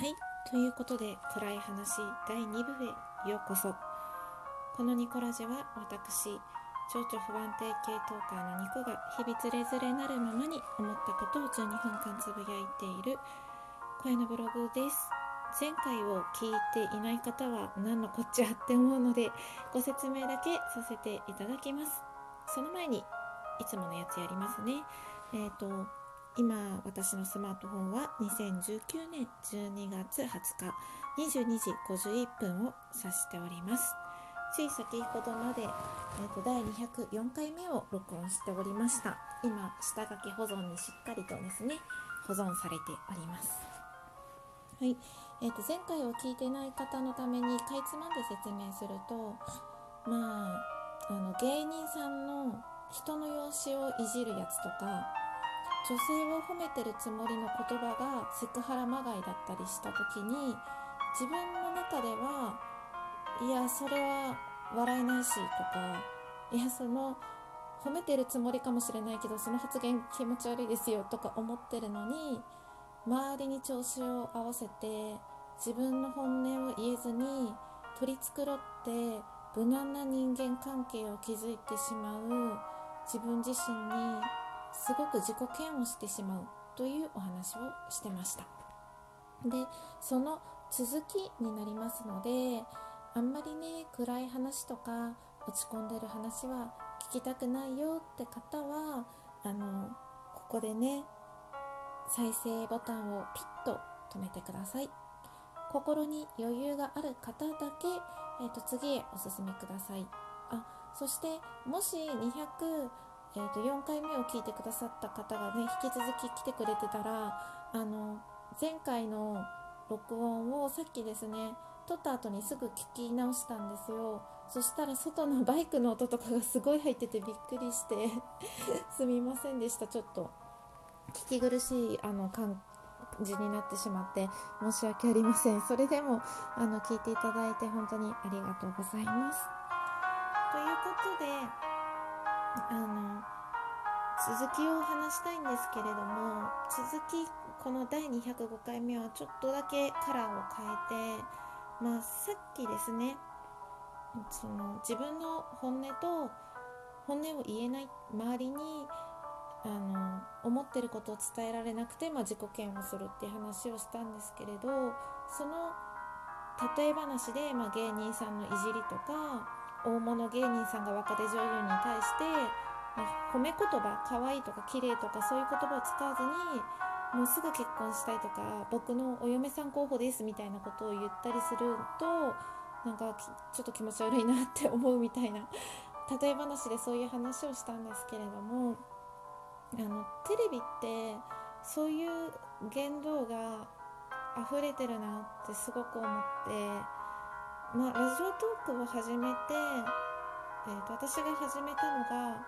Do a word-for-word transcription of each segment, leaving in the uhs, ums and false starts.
はい、ということで暗い話だいに部へようこそ。このニコラジは私、情緒不安定系トーカーのニコが日々つれづれなるままに思ったことをじゅうにふんかんつぶやいている声のブログです。前回を聞いていない方は何のこっちゃって思うのでご説明だけさせていただきます。その前にいつものやつやりますね。えっと今私のスマートフォンはにせんじゅうきゅうねんじゅうにがつはつかにじゅうにじごじゅういっぷんを指しております。つい先ほどまで、えー、とだいにひゃくよんかいめを録音しておりました。今下書き保存にしっかりとですね保存されております。はい、えー、と前回を聞いてない方のためにかいつまんで説明すると、まああの芸人さんの人の容姿をいじるやつとか、女性を褒めてるつもりの言葉がセクハラまがいだったりした時に、自分の中ではいやそれは笑えないしとか、いやその褒めてるつもりかもしれないけどその発言気持ち悪いですよとか思ってるのに、周りに調子を合わせて自分の本音を言えずに取り繕って無難な人間関係を築いてしまう自分自身にすごく自己嫌悪してしまうというお話をしてました。で、その続きになりますので、あんまりね暗い話とか落ち込んでる話は聞きたくないよって方は、あのここでね再生ボタンをピッと止めてください。心に余裕がある方だけ、えー、と次へお進みください。あ、そしてもしにひゃく、えー、とよんかいめを聞いてくださった方がね引き続き来てくれてたら、あの前回の録音をさっきですね撮った後にすぐ聞き直したんですよ。そしたら外のバイクの音とかがすごい入っててびっくりしてすみませんでした。ちょっと聞き苦しいあの感じになってしまって申し訳ありません。それでもあの聞いていただいて本当にありがとうございます。ということで、あの続きを話したいんですけれども、続きこのだいにひゃくごかいめはちょっとだけカラーを変えて、まあ、さっきですねその自分の本音と本音を言えない周りにあの思ってることを伝えられなくて、まあ、自己嫌悪するっていう話をしたんですけれど、その例え話で、まあ、芸人さんのいじりとか大物芸人さんが若手女優に対して、まあ、褒め言葉可愛いとか綺麗とかそういう言葉を使わずにもうすぐ結婚したいとか僕のお嫁さん候補ですみたいなことを言ったりすると、なんかちょっと気持ち悪いなって思うみたいな例え話でそういう話をしたんですけれども、あのテレビってそういう言動が溢れてるなってすごく思って、まあ、ラジオトークを始めて、えー、と私が始めたのが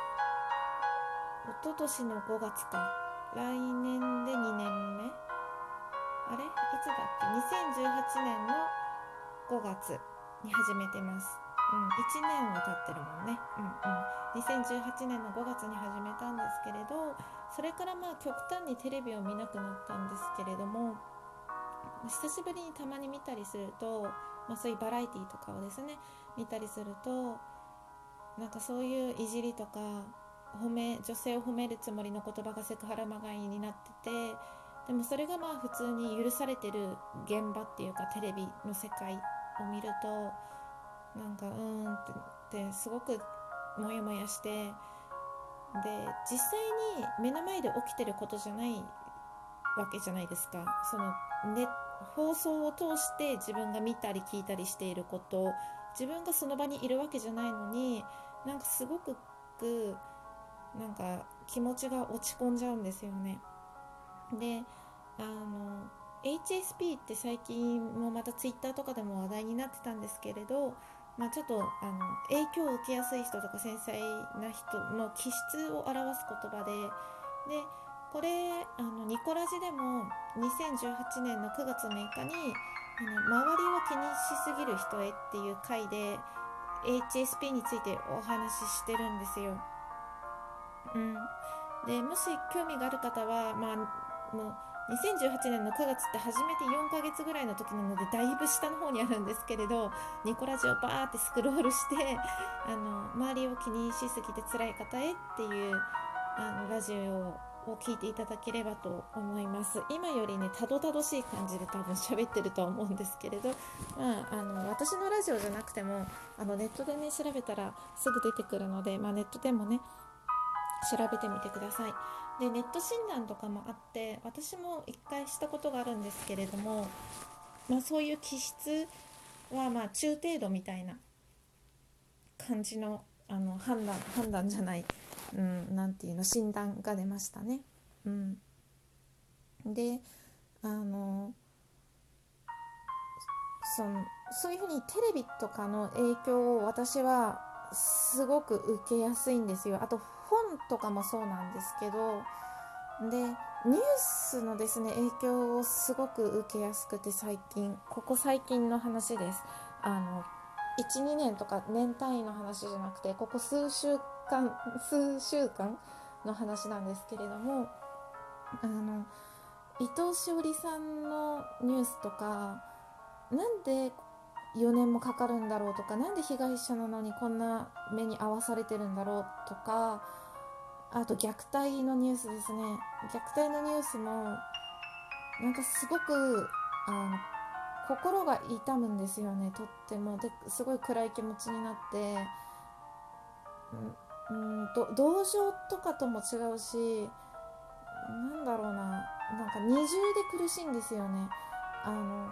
一昨年のごがつか、来年でにねんめ、あれいつだっけ、にせんじゅうはちねんのごがつに始めてます。うん、いちねんは経ってるもんね。うんうん。にせんじゅうはちねんのごがつに始めたんですけれど、それからまあ極端にテレビを見なくなったんですけれども、久しぶりにたまに見たりすると、まあ、そういうバラエティとかをですね見たりすると、なんかそういういじりとか褒め女性を褒めるつもりの言葉がセクハラまがいになってて、でもそれがまあ普通に許されてる現場っていうかテレビの世界を見ると、なんかうーんってすごくモヤモヤして、で実際に目の前で起きてることじゃないわけじゃないですか。そのね放送を通して自分が見たり聞いたりしていること、自分がその場にいるわけじゃないのに、なんかすごくなんか気持ちが落ち込んじゃうんですよね。で、あの エイチエスピー って最近もまたツイッターとかでも話題になってたんですけれど、まあ、ちょっとあの影響を受けやすい人とか繊細な人の気質を表す言葉で、でこれあのニコラジでもにせんじゅうはちねんのくがつむいかにあの周りを気にしすぎる人へっていう回で エイチエスピー についてお話ししてるんですよ。うん、でもし興味がある方は、まあ、もうにせんじゅうはちねんのくがつって初めてよんかげつぐらいの時なのでだいぶ下の方にあるんですけれど、ニコラジをバーってスクロールしてあの周りを気にしすぎて辛い方へっていうあのラジオを聞いていただければと思います。今よりねたどたどしい感じで多分喋ってるとは思うんですけれど、まあ、あの私のラジオじゃなくてもあのネットでね調べたらすぐ出てくるので、まあ、ネットでもね調べてみてください。でネット診断とかもあって、私も一回したことがあるんですけれども、まあ、そういう気質はまあ中程度みたいな感じの、あの判断判断じゃない、うん、なんていうの診断が出ましたね。うん、であのそのそういうふうにテレビとかの影響を私はすごく受けやすいんですよ。あと本とかもそうなんですけど、でニュースのですね影響をすごく受けやすくて、最近ここ最近の話です。あのいち、にねんとか年単位の話じゃなくて、ここ数週間数週間の話なんですけれども、あの伊藤詩織さんのニュースとか、なんでよねんもかかるんだろうとか、なんで被害者なのにこんな目に遭わされてるんだろうとか、あと虐待のニュースですね。虐待のニュースもなんかすごくあの心が痛むんですよね、とっても。ですごい暗い気持ちになって、うん、うんど同情とかとも違うし、なんだろうな、なんか二重で苦しいんですよね。あの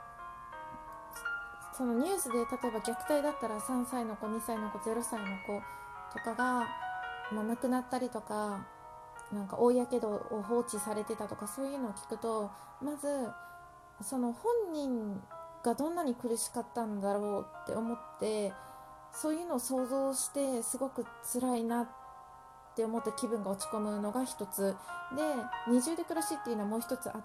そのニュースで例えば虐待だったらさんさいの子、にさいの子、ゼロさいの子とかが、まあ、亡くなったりとか、なんか大やけどを放置されてたとか、そういうのを聞くと、まずその本人がどんなに苦しかったんだろうって思って、そういうのを想像してすごく辛いなって思って気分が落ち込むのが一つで、二重で苦しいっていうのはもう一つあって、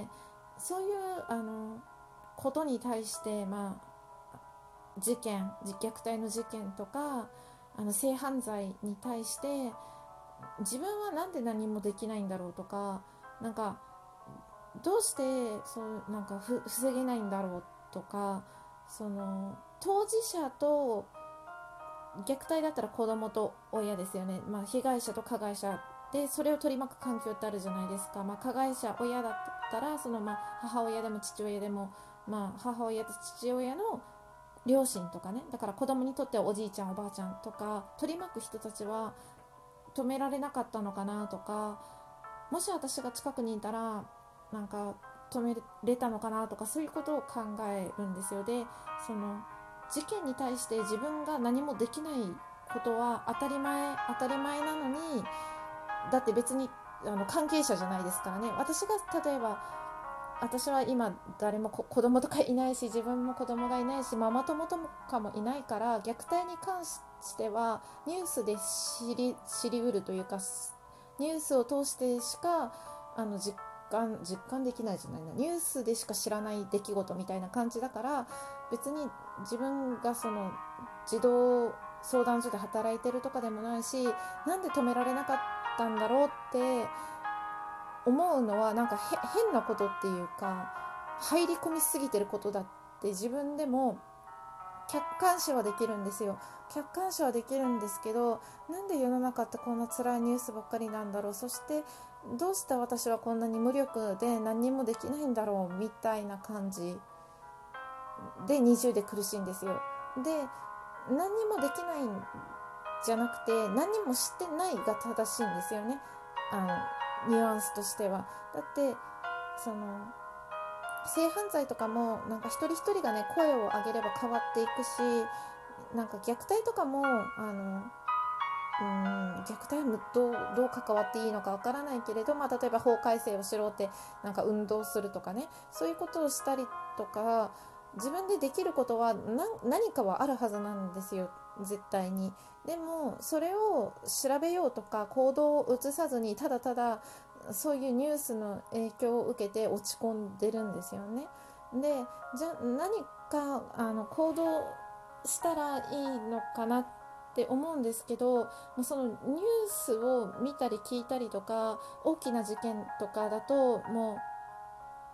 そういうあのことに対して、まあ事件虐待の事件とかあの性犯罪に対して自分はなんで何もできないんだろうとか、なんかどうしてそうなんかふ防げないんだろうとか、その当事者と虐待だったら子供と親ですよね、まあ、被害者と加害者でそれを取り巻く環境ってあるじゃないですか。まあ、加害者親だったらそのまあ母親でも父親でも、まあ、母親と父親の両親とかね、だから子供にとってはおじいちゃんおばあちゃんとか取り巻く人たちは止められなかったのかなとか、もし私が近くにいたらなんか止めれたのかなとか、そういうことを考えるんですよ。でその事件に対して自分が何もできないことは当たり前当たり前なのに、だって別にあの関係者じゃないですからね。私が例えば私は今誰も子供とかいないし、自分も子供がいないし、ママ友とかもいないから、虐待に関してはニュースで知り知りうるというか、ニュースを通してしかあの実感実感できないじゃないな、ニュースでしか知らない出来事みたいな感じだから、別に自分がその児童相談所で働いてるとかでもないし、なんで止められなかったんだろうって思うのはなんか変なことっていうか、入り込みすぎてることだって自分でも客観視はできるんですよ。客観視はできるんですけど、なんで世の中ってこんな辛いニュースばっかりなんだろう、そしてどうして私はこんなに無力で何もできないんだろうみたいな感じで二重で苦しいんですよ。で何にもできないんじゃなくて、何にもしてないが正しいんですよね、あのニュアンスとしては。だってその性犯罪とかもなんか一人一人がね声を上げれば変わっていくし、なんか虐待とかもあのうーん虐待はどう、どう関わっていいのかわからないけれど、まあ、例えば法改正をしろってなんか運動するとかね、そういうことをしたりとか、自分でできることは何、何かはあるはずなんですよ、絶対に。でもそれを調べようとか行動を移さずに、ただただそういうニュースの影響を受けて落ち込んでるんですよね。でじゃあ何かあの行動したらいいのかなって思うんですけど、そのニュースを見たり聞いたりとか大きな事件とかだとも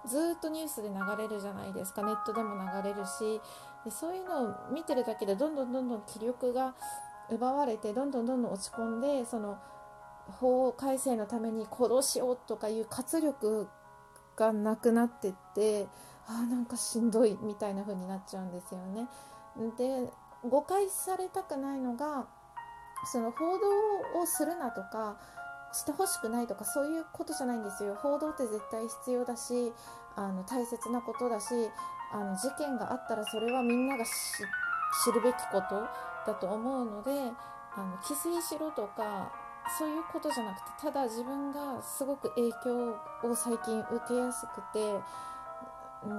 ずっとニュースで流れるじゃないですか。ネットでも流れるし、でそういうのを見てるだけでどんどんどんどん気力が奪われて、どんどんどんどん落ち込んで、その法改正のために殺しようとかいう活力がなくなってって、あーなんかしんどいみたいな風になっちゃうんですよね。で、誤解されたくないのが、その報道をするなとかしてほしくないとかそういうことじゃないんですよ。報道って絶対必要だし、あの大切なことだし、あの事件があったらそれはみんなが知るべきことだと思うので、あの規制しろとかそういうことじゃなくて、ただ自分がすごく影響を最近受けやすくて、うん、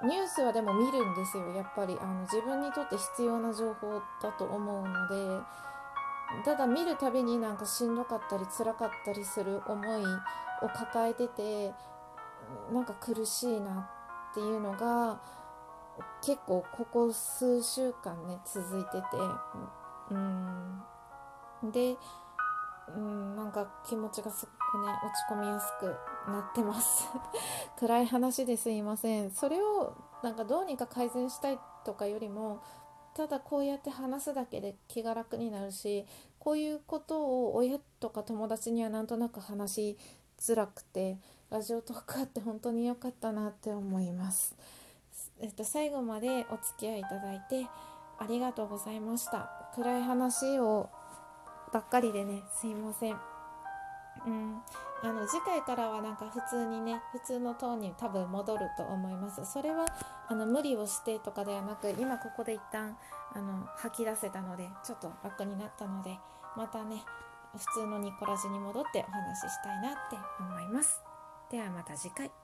ニュースはでも見るんですよ。やっぱりあの自分にとって必要な情報だと思うので、ただ見るたびになんかしんどかったり辛かったりする思いを抱えてて、なんか苦しいなっていうのが結構ここ数週間ね続いてて、うんで、うん、なんか気持ちがすごくね落ち込みやすくなってます暗い話ですいません。それをなんかどうにか改善したいとかよりも、ただこうやって話すだけで気が楽になるし、こういうことを親とか友達にはなんとなく話しづらくて、ラジオトークあって本当に良かったなって思います。えっと、最後までお付き合いいただいてありがとうございました。暗い話をばっかりでねすいません。うん、あの次回からはなんか普通にね普通のトーンに多分戻ると思います。それはあの無理をしてとかではなく、今ここで一旦あの吐き出せたのでちょっと楽になったので、またね普通のニコラジに戻ってお話ししたいなって思います。ではまた次回。